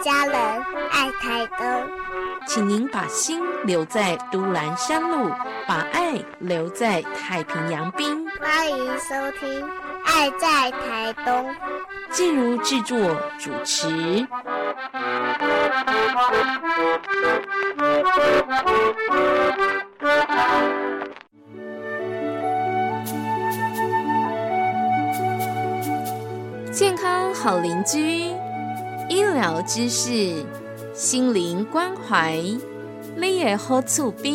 家人，爱台东。 请您把心留在都兰山路，把爱留在太平洋滨。 欢迎收听《爱在台东》， 静茹制作主持。健康好邻居，医疗知识，心灵关怀，你的好厝边。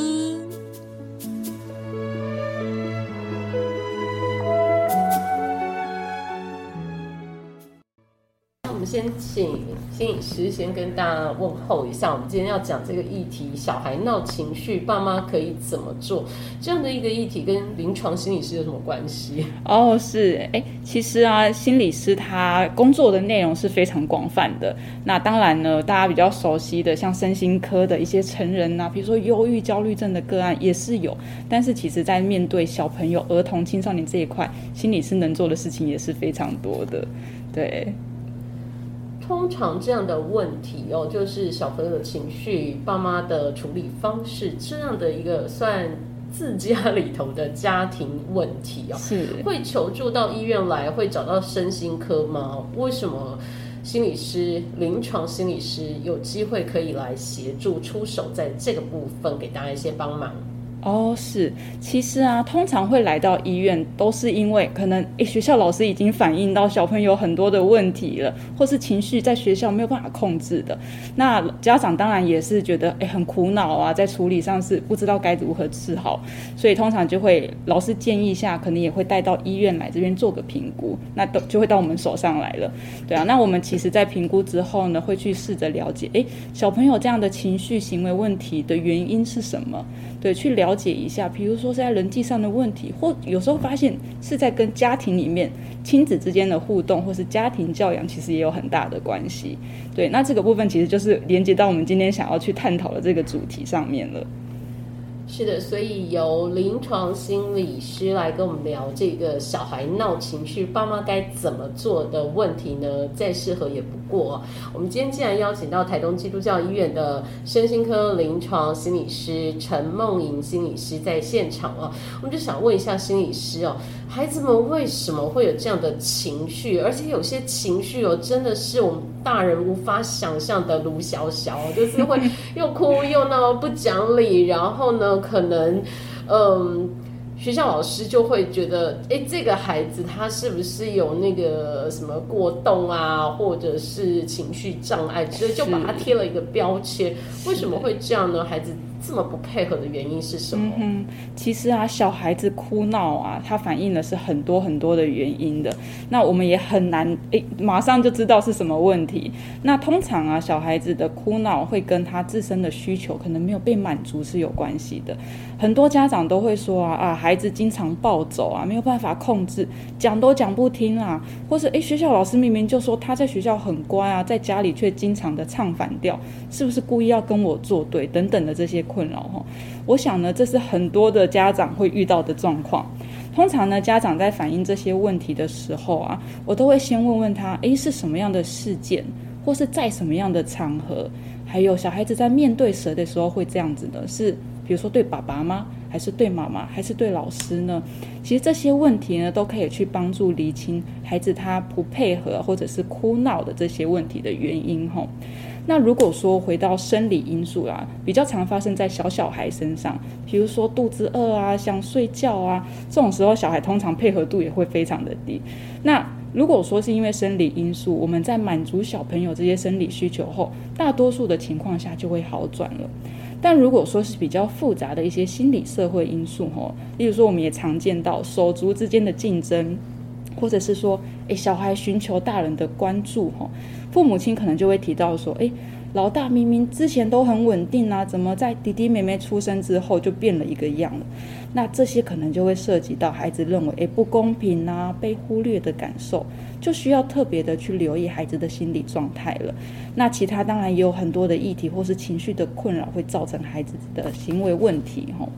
我们先请心理师先跟大家问候一下，我们今天要讲这个议题，小孩闹情绪，爸妈可以怎么做？这样的一个议题跟临床心理师有什么关系？ 是，其实啊，心理师他工作的内容是非常广泛的。那当然呢，大家比较熟悉的，像身心科的一些成人啊，比如说忧郁、焦虑症的个案也是有。但是其实在面对小朋友、儿童、青少年这一块，心理师能做的事情也是非常多的。对。 通常这样的问题就是小朋友的情绪，爸妈的处理方式，这样的一个算自家里头的家庭问题是会求助到医院来，会找到身心科吗？为什么心理师、临床心理师有机会可以来协助出手在这个部分，给大家一些帮忙？ 是，其实啊，通常会来到医院，都是因为可能学校老师已经反映到小朋友很多的问题了，或是情绪在学校没有办法控制的。那家长当然也是觉得很苦恼啊，在处理上是不知道该如何是好，所以通常就会老师建议下，可能也会带到医院来这边做个评估，那就会到我们手上来了。对啊，那我们其实在评估之后呢，会去试着了解，小朋友这样的情绪行为问题的原因是什么？对，去了解一下，比如说是在人际上的问题，或有时候发现是在跟家庭里面亲子之间的互动，或是家庭教养，其实也有很大的关系。对，那这个部分其实就是连接到我们今天想要去探讨的这个主题上面了。 是的，所以由临床心理师来跟我们聊这个小孩闹情绪，爸妈该怎么做的问题呢？再适合也不过。我们今天既然邀请到台东基督教医院的身心科临床心理师陈梦莹心理师在现场我们就想问一下心理师孩子们为什么会有这样的情绪？而且有些情绪真的是我们大人无法想象的卢小小，就是会又哭又闹不讲理，然后呢可能学校老师就会觉得这个孩子他是不是有那个什么过动啊，或者是情绪障碍之类，就把他贴了一个标签。为什么会这样呢？孩子这么不配合的原因是什么？ 其实啊，小孩子哭闹啊，它反映的是很多很多的原因的。那我们也很难马上就知道是什么问题。那通常啊，小孩子的哭闹会跟他自身的需求可能没有被满足是有关系的。很多家长都会说孩子经常暴走啊，没有办法控制，讲都讲不听啊，或是学校老师明明就说他在学校很乖啊，在家里却经常的唱反调，是不是故意要跟我作对等等的这些困扰我想呢，这是很多的家长会遇到的状况。通常呢，家长在反映这些问题的时候啊，我都会先问问他是什么样的事件，或是在什么样的场合，还有小孩子在面对谁的时候会这样子的，是比如说对爸爸吗？还是对妈妈？还是对老师呢？其实这些问题呢，都可以去帮助厘清孩子他不配合或者是哭闹的这些问题的原因那如果说回到生理因素比较常发生在小孩身上，比如说肚子饿啊，想睡觉啊，这种时候小孩通常配合度也会非常的低。那如果说是因为生理因素，我们在满足小朋友这些生理需求后，大多数的情况下就会好转了。但如果说是比较复杂的一些心理社会因素例如说我们也常见到手足之间的竞争，或者是说小孩寻求大人的关注父母亲可能就会提到说老大明明之前都很稳定啊，怎么在弟弟妹妹出生之后就变了一个样了？那这些可能就会涉及到孩子认为不公平啊，被忽略的感受，就需要特别的去留意孩子的心理状态了。那其他当然也有很多的议题或是情绪的困扰会造成孩子的行为问题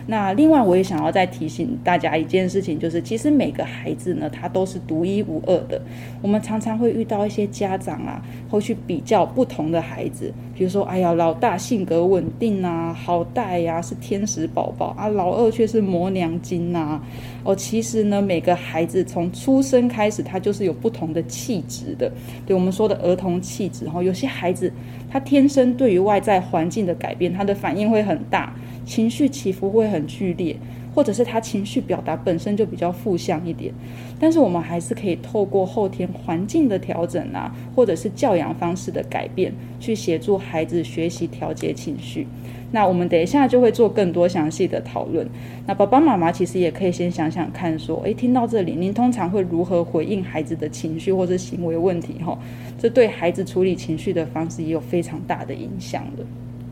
那另外我也想要再提醒大家一件事情，就是其实每个孩子呢他都是独一无二的。我们常常会遇到一些家长啊会去比较不同的孩子，比如说哎呀老大性格稳定啊，好带啊，是天使宝宝啊，老二却是磨娘精啊。其实呢每个孩子从出生开始他就是有不同的气质的，对我们说的儿童气质。有些孩子他天生对于外在环境的改变他的反应会很大，情绪起伏会很剧烈，或者是他情绪表达本身就比较负向一点，但是我们还是可以透过后天环境的调整啊，或者是教养方式的改变，去协助孩子学习调节情绪。那我们等一下就会做更多详细的讨论。那爸爸妈妈其实也可以先想想看说，听到这里您通常会如何回应孩子的情绪或是行为问题，这对孩子处理情绪的方式也有非常大的影响的。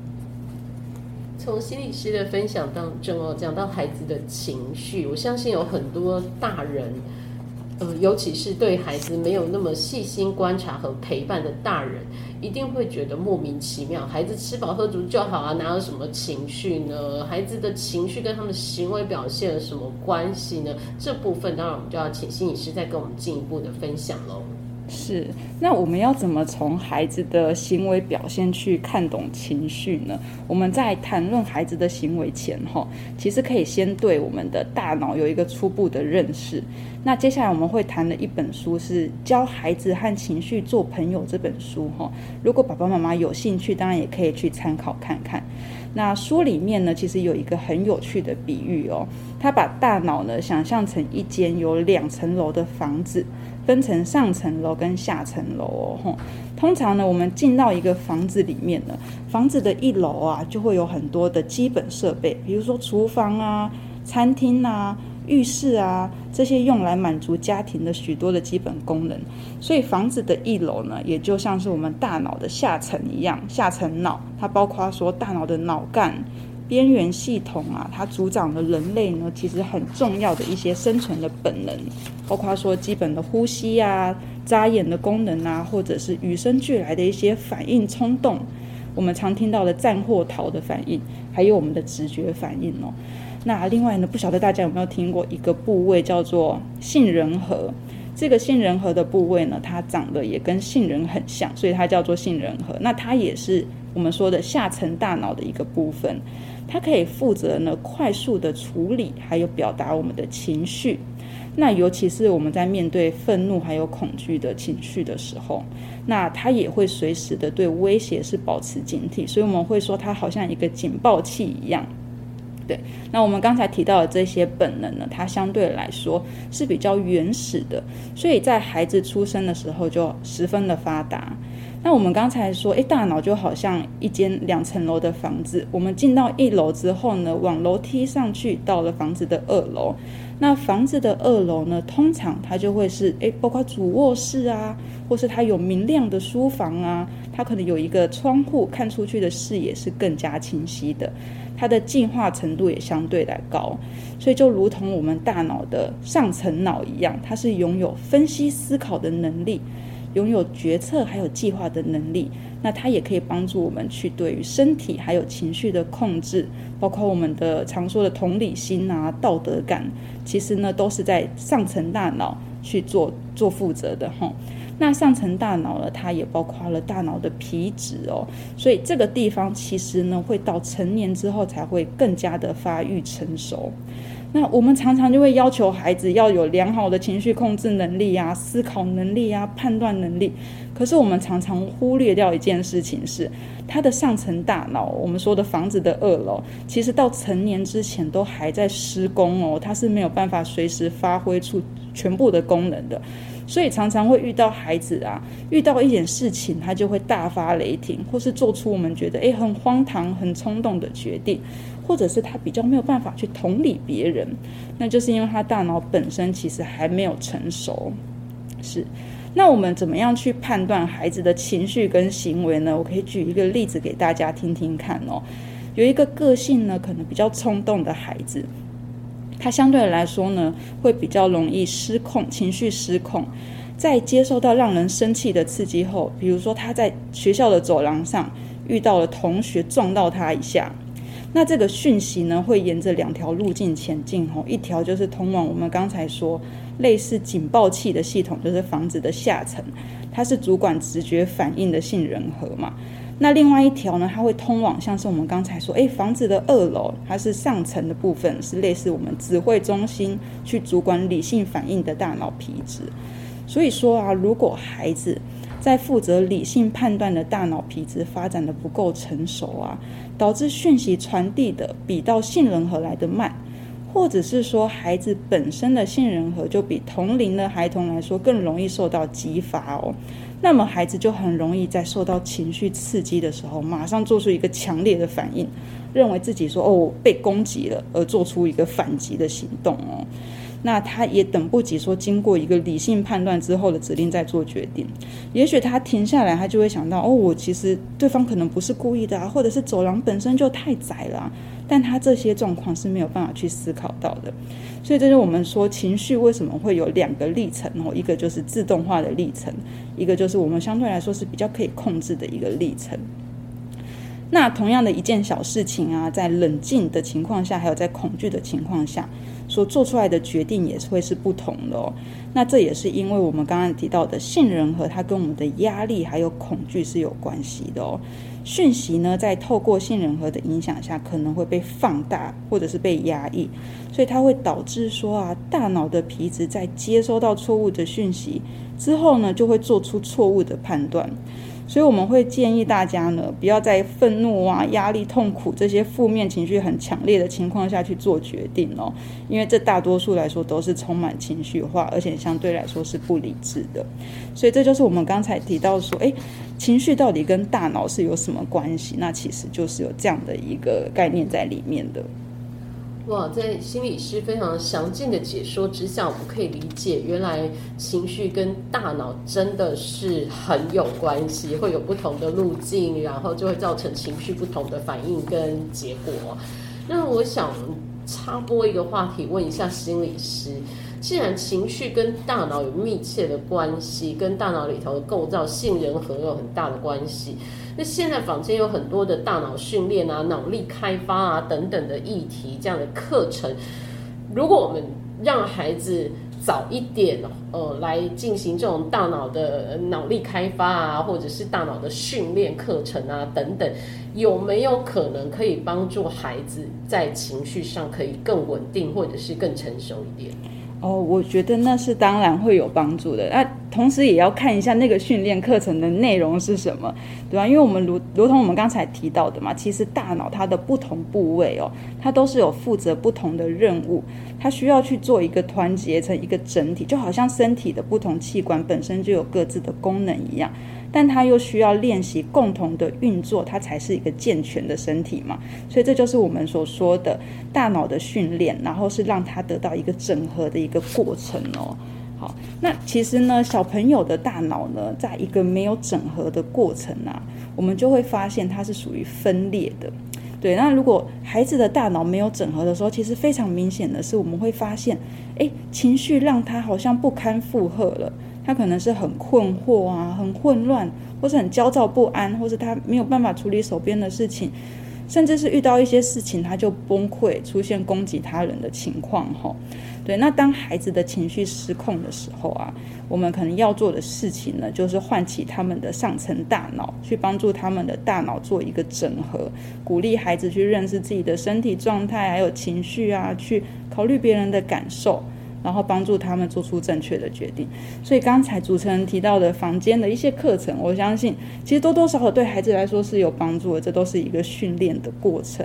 从心理师的分享当中讲到孩子的情绪，我相信有很多大人尤其是对孩子没有那么细心观察和陪伴的大人，一定会觉得莫名其妙，孩子吃饱喝足就好啊，哪有什么情绪呢？孩子的情绪跟他们的行为表现有什么关系呢？这部分当然我们就要请心理师再跟我们进一步的分享咯。 是，那我们要怎么从孩子的行为表现去看懂情绪呢？我们在谈论孩子的行为前，其实可以先对我们的大脑有一个初步的认识。那接下来我们会谈的一本书是《教孩子和情绪做朋友》这本书，如果爸爸妈妈有兴趣，当然也可以去参考看看。那书里面呢，其实有一个很有趣的比喻他把大脑呢想象成一间有2层楼的房子，分成上层楼跟下层楼通常呢我们进到一个房子里面呢，房子的1楼啊就会有很多的基本设备，比如说厨房啊、餐厅啊、浴室啊，这些用来满足家庭的许多的基本功能。所以房子的1楼呢，也就像是我们大脑的下层一样，下层脑它包括说大脑的脑干、边缘系统啊，它主掌了人类呢其实很重要的一些生存的本能，包括说基本的呼吸啊、眨眼的功能啊，或者是与生俱来的一些反应冲动，我们常听到的战或逃的反应，还有我们的直觉反应那另外呢，不晓得大家有没有听过一个部位叫做杏仁核。这个杏仁核的部位呢，它长得也跟杏仁很像，所以它叫做杏仁核。那它也是我们说的下层大脑的一个部分，它可以负责呢快速的处理还有表达我们的情绪。那尤其是我们在面对愤怒还有恐惧的情绪的时候，那它也会随时的对威胁是保持警惕，所以我们会说它好像一个警报器一样。对，那我们刚才提到的这些本能呢，它相对来说是比较原始的，所以在孩子出生的时候就十分的发达。那我们刚才说大脑就好像一间2层楼的房子，我们进到1楼之后呢，往楼梯上去到了房子的2楼。那房子的2楼呢，通常它就会是包括主卧室啊，或是它有明亮的书房啊，它可能有一个窗户，看出去的视野是更加清晰的，它的进化程度也相对来高。所以就如同我们大脑的上层脑一样，它是拥有分析思考的能力，拥有决策还有计划的能力。那它也可以帮助我们去对于身体还有情绪的控制，包括我们的常说的同理心啊、道德感，其实呢都是在上层大脑去做负责的那上层大脑呢，它也包括了大脑的皮质所以这个地方其实呢会到成年之后才会更加的发育成熟。那我们常常就会要求孩子要有良好的情绪控制能力啊、思考能力啊、判断能力，可是我们常常忽略掉一件事情是，他的上层大脑，我们说的房子的2楼，其实到成年之前都还在施工它是没有办法随时发挥出全部的功能的。所以常常会遇到孩子啊，遇到一点事情他就会大发雷霆，或是做出我们觉得很荒唐很冲动的决定，或者是他比较没有办法去同理别人，那就是因为他大脑本身其实还没有成熟。是，那我们怎么样去判断孩子的情绪跟行为呢？我可以举一个例子给大家听听看有一个个性呢可能比较冲动的孩子，他相对来说呢会比较容易失控，情绪失控。在接受到让人生气的刺激后，比如说他在学校的走廊上遇到了同学撞到他一下， 那这个讯息呢，会沿着2条路径前进，一条就是通往我们刚才说类似警报器的系统，就是房子的下层，它是主管直觉反应的杏仁核嘛。那另外一条呢，它会通往像是我们刚才说房子的2楼，它是上层的部分，是类似我们指挥中心去主管理性反应的大脑皮质。所以说啊，如果孩子在负责理性判断的大脑皮质发展的不够成熟啊，导致讯息传递的比到杏仁核来的慢，或者是说孩子本身的杏仁核就比同龄的孩童来说更容易受到激发那么孩子就很容易在受到情绪刺激的时候马上做出一个强烈的反应，认为自己说被攻击了，而做出一个反击的行动那他也等不及说经过一个理性判断之后的指令再做决定，也许他停下来，他就会想到我其实对方可能不是故意的或者是走廊本身就太窄了但他这些状况是没有办法去思考到的。所以这就是我们说情绪为什么会有2个历程一个就是自动化的历程，一个就是我们相对来说是比较可以控制的一个历程。那同样的一件小事情啊，在冷静的情况下还有在恐惧的情况下所做出来的决定也会是不同的那这也是因为我们刚刚提到的杏仁核它跟我们的压力还有恐惧是有关系的讯息呢在透过杏仁核的影响下可能会被放大或者是被压抑，所以它会导致说大脑的皮质在接收到错误的讯息之后呢就会做出错误的判断。所以我们会建议大家呢，不要在愤怒压力、痛苦这些负面情绪很强烈的情况下去做决定因为这大多数来说都是充满情绪化，而且相对来说是不理智的。所以这就是我们刚才提到说情绪到底跟大脑是有什么关系，那其实就是有这样的一个概念在里面的。 哇，在心理师非常详尽的解说之下，我们可以理解原来情绪跟大脑真的是很有关系，会有不同的路径，然后就会造成情绪不同的反应跟结果。那我想插播一个话题，问一下心理师，既然情绪跟大脑有密切的关系，跟大脑里头的构造杏仁核有很大的关系，那现在坊间有很多的大脑训练脑力开发等等的议题，这样的课程，如果我们让孩子早一点来进行这种大脑的脑力开发或者是大脑的训练课程等等，有没有可能可以帮助孩子在情绪上可以更稳定或者是更成熟一点？ 我觉得那是当然会有帮助的。那同时也要看一下那个训练课程的内容是什么，对吧？因为我们如同我们刚才提到的嘛，其实大脑它的不同部位它都是有负责不同的任务，它需要去做一个团结成一个整体，就好像身体的不同器官本身就有各自的功能一样，但它又需要练习共同的运作，它才是一个健全的身体嘛。所以这就是我们所说的大脑的训练，然后是让它得到一个整合的一个过程好，那其实呢，小朋友的大脑呢，在一个没有整合的过程我们就会发现它是属于分裂的。对，那如果孩子的大脑没有整合的时候，其实非常明显的是，我们会发现，情绪让他好像不堪负荷了。他可能是很困惑很混乱，或是很焦躁不安，或是他没有办法处理手边的事情，甚至是遇到一些事情他就崩溃，出现攻击他人的情况对，那当孩子的情绪失控的时候我们可能要做的事情呢，就是唤起他们的上层大脑，去帮助他们的大脑做一个整合，鼓励孩子去认识自己的身体状态还有情绪去考虑别人的感受，然后帮助他们做出正确的决定。所以刚才主持人提到的坊间的一些课程，我相信其实多多少少对孩子来说是有帮助的，这都是一个训练的过程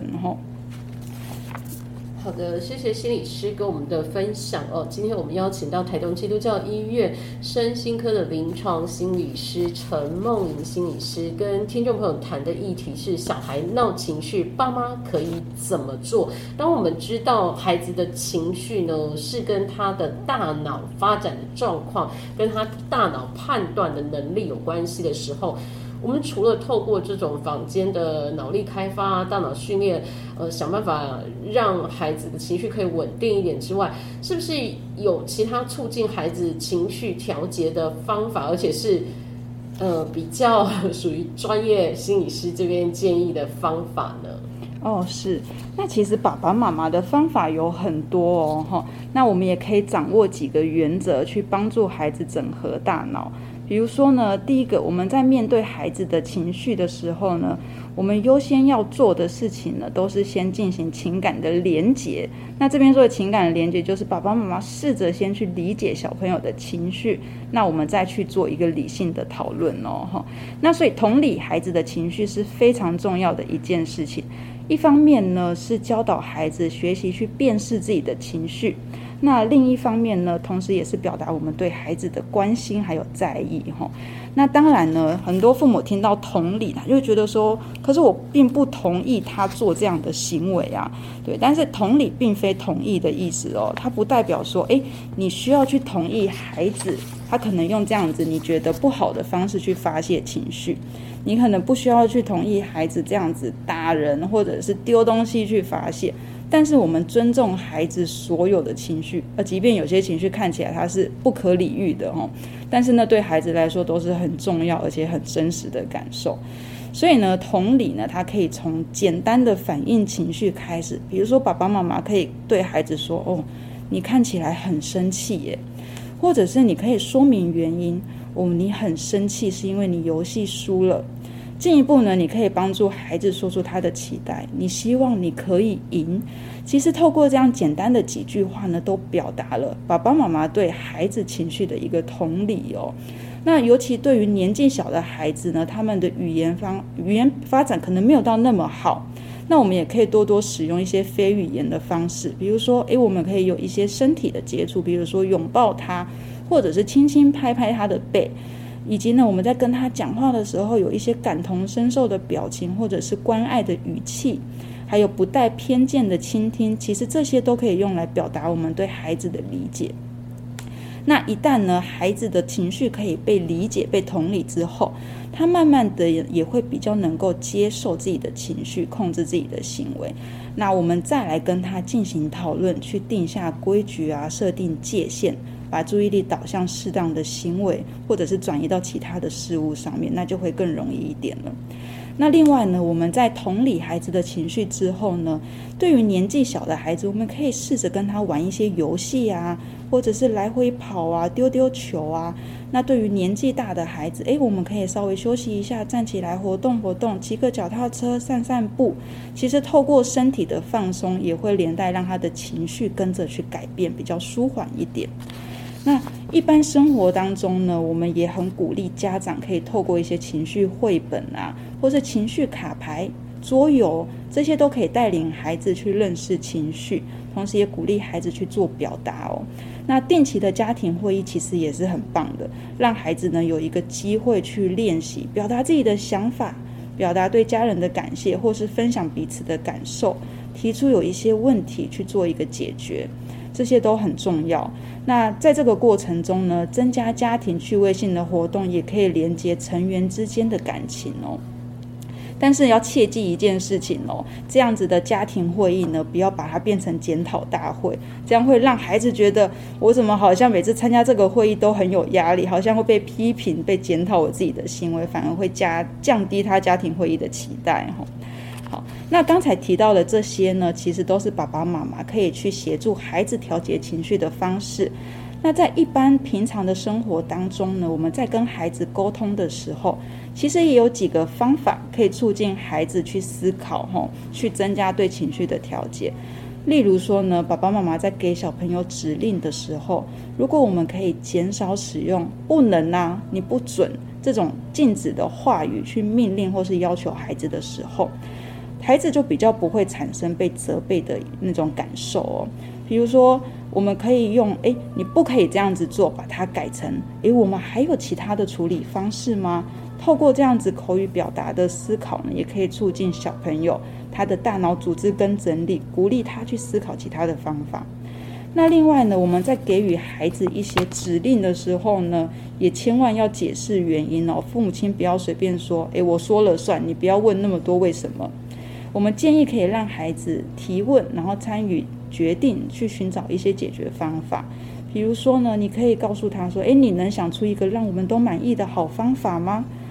好的，谢谢心理师跟我们的分享今天我们邀请到台东基督教医院身心科的临床心理师陈梦莹心理师，跟听众朋友谈的议题是小孩闹情绪，爸妈可以怎么做？当我们知道孩子的情绪呢，是跟他的大脑发展的状况，跟他大脑判断的能力有关系的时候，我们除了透过这种坊间的脑力开发大脑训练想办法让孩子的情绪可以稳定一点之外，是不是有其他促进孩子情绪调节的方法，而且是比较属于专业心理师这边建议的方法呢？ 是。那其实爸爸妈妈的方法有很多那我们也可以掌握几个原则去帮助孩子整合大脑。比如说呢，第一个，我们在面对孩子的情绪的时候呢，我们优先要做的事情呢，都是先进行情感的连结。那这边说的情感的连结，就是爸爸妈妈试着先去理解小朋友的情绪，那我们再去做一个理性的讨论那所以同理孩子的情绪是非常重要的一件事情。一方面呢，是教导孩子学习去辨识自己的情绪，那另一方面呢，同时也是表达我们对孩子的关心还有在意那当然呢，很多父母听到同理，他就会觉得说，可是我并不同意他做这样的行为啊。对，但是同理并非同意的意思它不代表说你需要去同意孩子他可能用这样子你觉得不好的方式去发泄情绪，你可能不需要去同意孩子这样子打人或者是丢东西去发泄，但是我们尊重孩子所有的情绪，即便有些情绪看起来它是不可理喻的但是呢，对孩子来说都是很重要而且很真实的感受。所以呢，同理呢，它可以从简单的反映情绪开始。比如说爸爸妈妈可以对孩子说你看起来很生气耶，或者是你可以说明原因你很生气是因为你游戏输了。进一步呢，你可以帮助孩子说出他的期待，你希望你可以赢。其实透过这样简单的几句话呢，都表达了爸爸妈妈对孩子情绪的一个同理那尤其对于年纪小的孩子呢，他们的语言发展可能没有到那么好，那我们也可以多多使用一些非语言的方式。比如说我们可以有一些身体的接触，比如说拥抱他，或者是轻轻拍拍他的背，以及呢，我们在跟他讲话的时候有一些感同身受的表情，或者是关爱的语气，还有不带偏见的倾听，其实这些都可以用来表达我们对孩子的理解。那一旦呢，孩子的情绪可以被理解、被同理之后，他慢慢的也会比较能够接受自己的情绪，控制自己的行为。那我们再来跟他进行讨论，去定下规矩啊，设定界限，把注意力导向适当的行为，或者是转移到其他的事物上面，那就会更容易一点了。那另外呢，我们在同理孩子的情绪之后呢，对于年纪小的孩子，我们可以试着跟他玩一些游戏啊，或者是来回跑啊，丢丢球啊。那对于年纪大的孩子，我们可以稍微休息一下，站起来活动活动，骑个脚踏车，散散步。其实透过身体的放松，也会连带让他的情绪跟着去改变，比较舒缓一点。那一般生活当中呢，我们也很鼓励家长可以透过一些情绪绘本啊，或是情绪卡牌、桌游，这些都可以带领孩子去认识情绪，同时也鼓励孩子去做表达那定期的家庭会议其实也是很棒的，让孩子呢有一个机会去练习表达自己的想法，表达对家人的感谢，或是分享彼此的感受，提出有一些问题去做一个解决，这些都很重要。那在这个过程中呢，增加家庭趣味性的活动，也可以连接成员之间的感情但是要切记一件事情这样子的家庭会议呢，不要把它变成检讨大会，这样会让孩子觉得我怎么好像每次参加这个会议都很有压力，好像会被批评、被检讨我自己的行为，反而会降低他家庭会议的期待好，那刚才提到的这些呢，其实都是爸爸妈妈可以去协助孩子调节情绪的方式。那在一般平常的生活当中呢，我们在跟孩子沟通的时候，其实也有几个方法可以促进孩子去思考去增加对情绪的调节。例如说呢，爸爸妈妈在给小朋友指令的时候，如果我们可以减少使用不能啊、你不准这种禁止的话语去命令或是要求孩子的时候，孩子就比较不会产生被责备的那种感受比如说我们可以用你不可以这样子做，把它改成我们还有其他的处理方式吗？透过这样子口语表达的思考呢，也可以促进小朋友他的大脑组织跟整理，鼓励他去思考其他的方法。那另外呢，我们在给予孩子一些指令的时候呢，也千万要解释原因父母亲不要随便说我说了算，你不要问那么多为什么。我们建议可以让孩子提问，然后参与决定，去寻找一些解决方法。比如说呢，你可以告诉他说你能想出一个让我们都满意的好方法吗？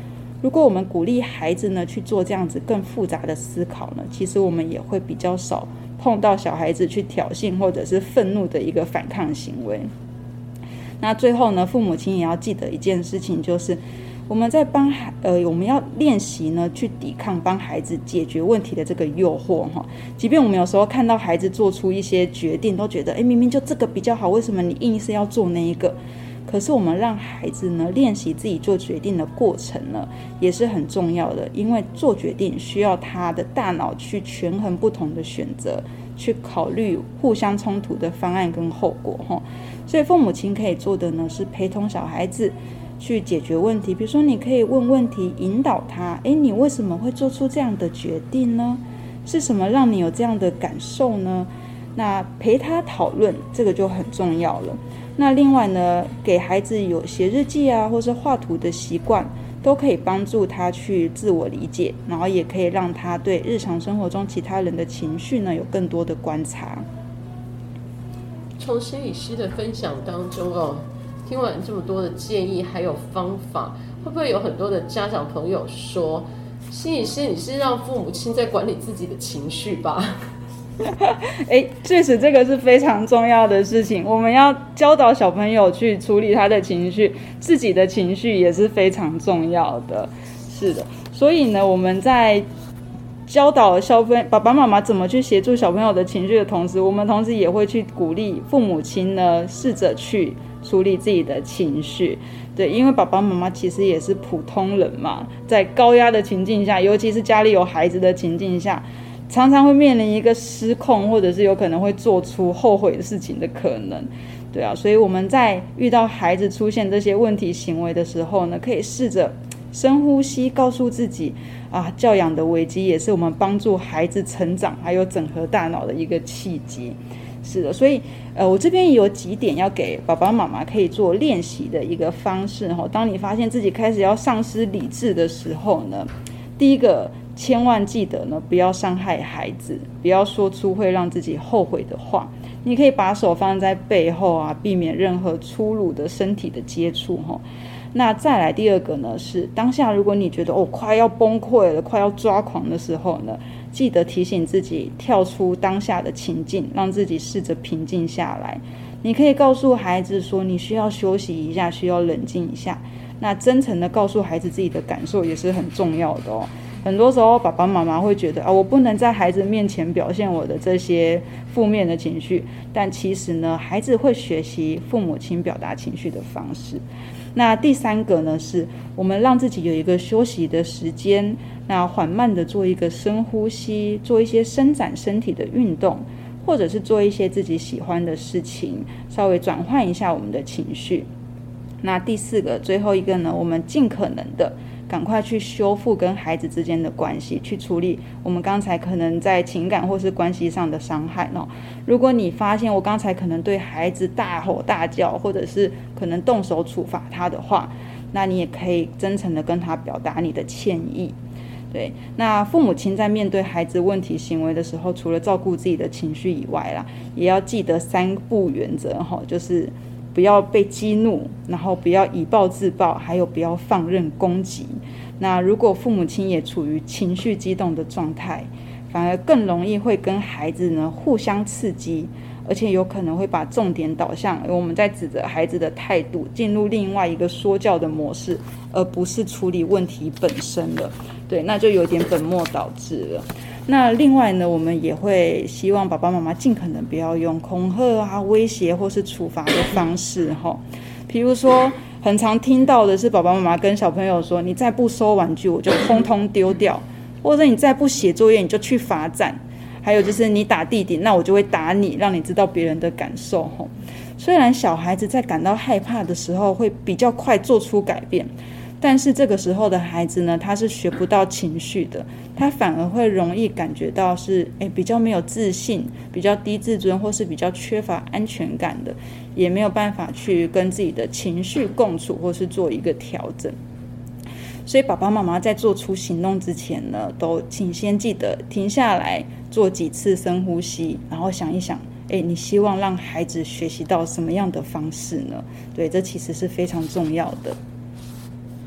如果我们鼓励孩子呢去做这样子更复杂的思考呢，其实我们也会比较少碰到小孩子去挑衅或者是愤怒的一个反抗行为。那最后呢，父母亲也要记得一件事情，就是我们在我们要练习呢去抵抗帮孩子解决问题的这个诱惑哈。即便我们有时候看到孩子做出一些决定，都觉得明明就这个比较好，为什么你硬是要做那一个？可是我们让孩子呢练习自己做决定的过程呢，也是很重要的，因为做决定需要他的大脑去权衡不同的选择，去考虑互相冲突的方案跟后果哈。所以父母亲可以做的呢是陪同小孩子去解决问题，比如说你可以问问题，引导他，你为什么会做出这样的决定呢？是什么让你有这样的感受呢？那陪他讨论，这个就很重要了。那另外呢，给孩子有写日记啊，或是画图的习惯，都可以帮助他去自我理解，然后也可以让他对日常生活中其他人的情绪呢有更多的观察。 从心理师的分享当中听完这么多的建议还有方法，会不会有很多的家长朋友说，心理师你是让父母亲在管理自己的情绪吧？ 确实这个是非常重要的事情，我们要教导小朋友去处理他的情绪，自己的情绪也是非常重要的。是的，所以呢，我们在教导爸爸妈妈怎么去协助小朋友的情绪的同时，我们同时也会去鼓励父母亲呢试着去处理自己的情绪。对，因为爸爸妈妈其实也是普通人嘛，在高压的情境下，尤其是家里有孩子的情境下，常常会面临一个失控，或者是有可能会做出后悔的事情的可能。对啊，所以我们在遇到孩子出现这些问题行为的时候呢，可以试着深呼吸，告诉自己教养的危机也是我们帮助孩子成长还有整合大脑的一个契机。是的，所以我这边也有几点要给爸爸妈妈可以做练习的一个方式。当你发现自己开始要丧失理智的时候呢，第一个千万记得呢，不要伤害孩子，不要说出会让自己后悔的话。你可以把手放在背后避免任何粗鲁的身体的接触。那再来第二个呢，是当下如果你觉得快要崩溃了，快要抓狂的时候呢，记得提醒自己跳出当下的情境，让自己试着平静下来。你可以告诉孩子说你需要休息一下，需要冷静一下。那真诚的告诉孩子自己的感受也是很重要的很多时候爸爸妈妈会觉得我不能在孩子面前表现我的这些负面的情绪，但其实呢，孩子会学习父母亲表达情绪的方式。那第三个呢，是我们让自己有一个休息的时间，那缓慢的做一个深呼吸，做一些伸展身体的运动，或者是做一些自己喜欢的事情，稍微转换一下我们的情绪。那第四个，最后一个呢，我们尽可能的赶快去修复跟孩子之间的关系，去处理我们刚才可能在情感或是关系上的伤害如果你发现我刚才可能对孩子大吼大叫，或者是可能动手处罚他的话，那你也可以真诚的跟他表达你的歉意。对，那父母亲在面对孩子问题行为的时候，除了照顾自己的情绪以外啦，也要记得3不原则就是不要被激怒，然后不要以暴制暴，还有不要放任攻击。那如果父母亲也处于情绪激动的状态，反而更容易会跟孩子呢互相刺激，而且有可能会把重点导向我们在指责孩子的态度，进入另外一个说教的模式，而不是处理问题本身了。对，那就有点本末倒置了。那另外呢，我们也会希望爸爸妈妈尽可能不要用恐吓威胁或是处罚的方式比如说很常听到的是爸爸妈妈跟小朋友说，你再不收玩具我就通通丢掉，或者你再不写作业你就去罚站，还有就是你打弟弟那我就会打你，让你知道别人的感受虽然小孩子在感到害怕的时候会比较快做出改变，但是这个时候的孩子呢，他是学不到情绪的，他反而会容易感觉到是比较没有自信，比较低自尊，或是比较缺乏安全感的，也没有办法去跟自己的情绪共处，或是做一个调整。所以爸爸妈妈在做出行动之前呢，都请先记得停下来做几次深呼吸，然后想一想你希望让孩子学习到什么样的方式呢？对，这其实是非常重要的。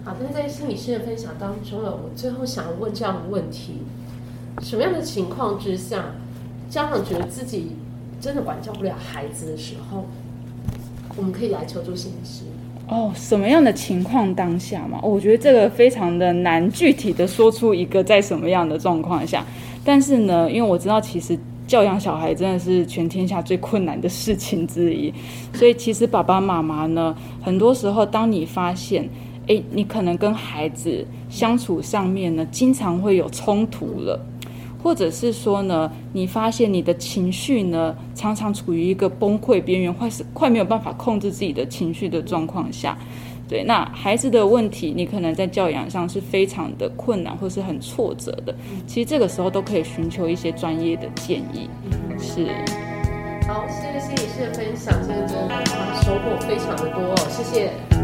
好，那在心理师的分享当中呢，我最后想问这样的问题：什么样的情况之下，家长觉得自己真的管教不了孩子的时候，我们可以来求助心理师？ 什么样的情况当下嘛？我觉得这个非常的难具体的说出一个在什么样的状况下。但是呢，因为我知道其实教养小孩真的是全天下最困难的事情之一，所以其实爸爸妈妈呢，很多时候当你发现你可能跟孩子相处上面呢经常会有冲突了，或者是说呢，你发现你的情绪呢常常处于一个崩溃边缘，或是快没有办法控制自己的情绪的状况下，对，那孩子的问题你可能在教养上是非常的困难或是很挫折的，其实这个时候都可以寻求一些专业的建议。是， 好，谢谢心理师的分享，今天真的收获非常的多，谢谢。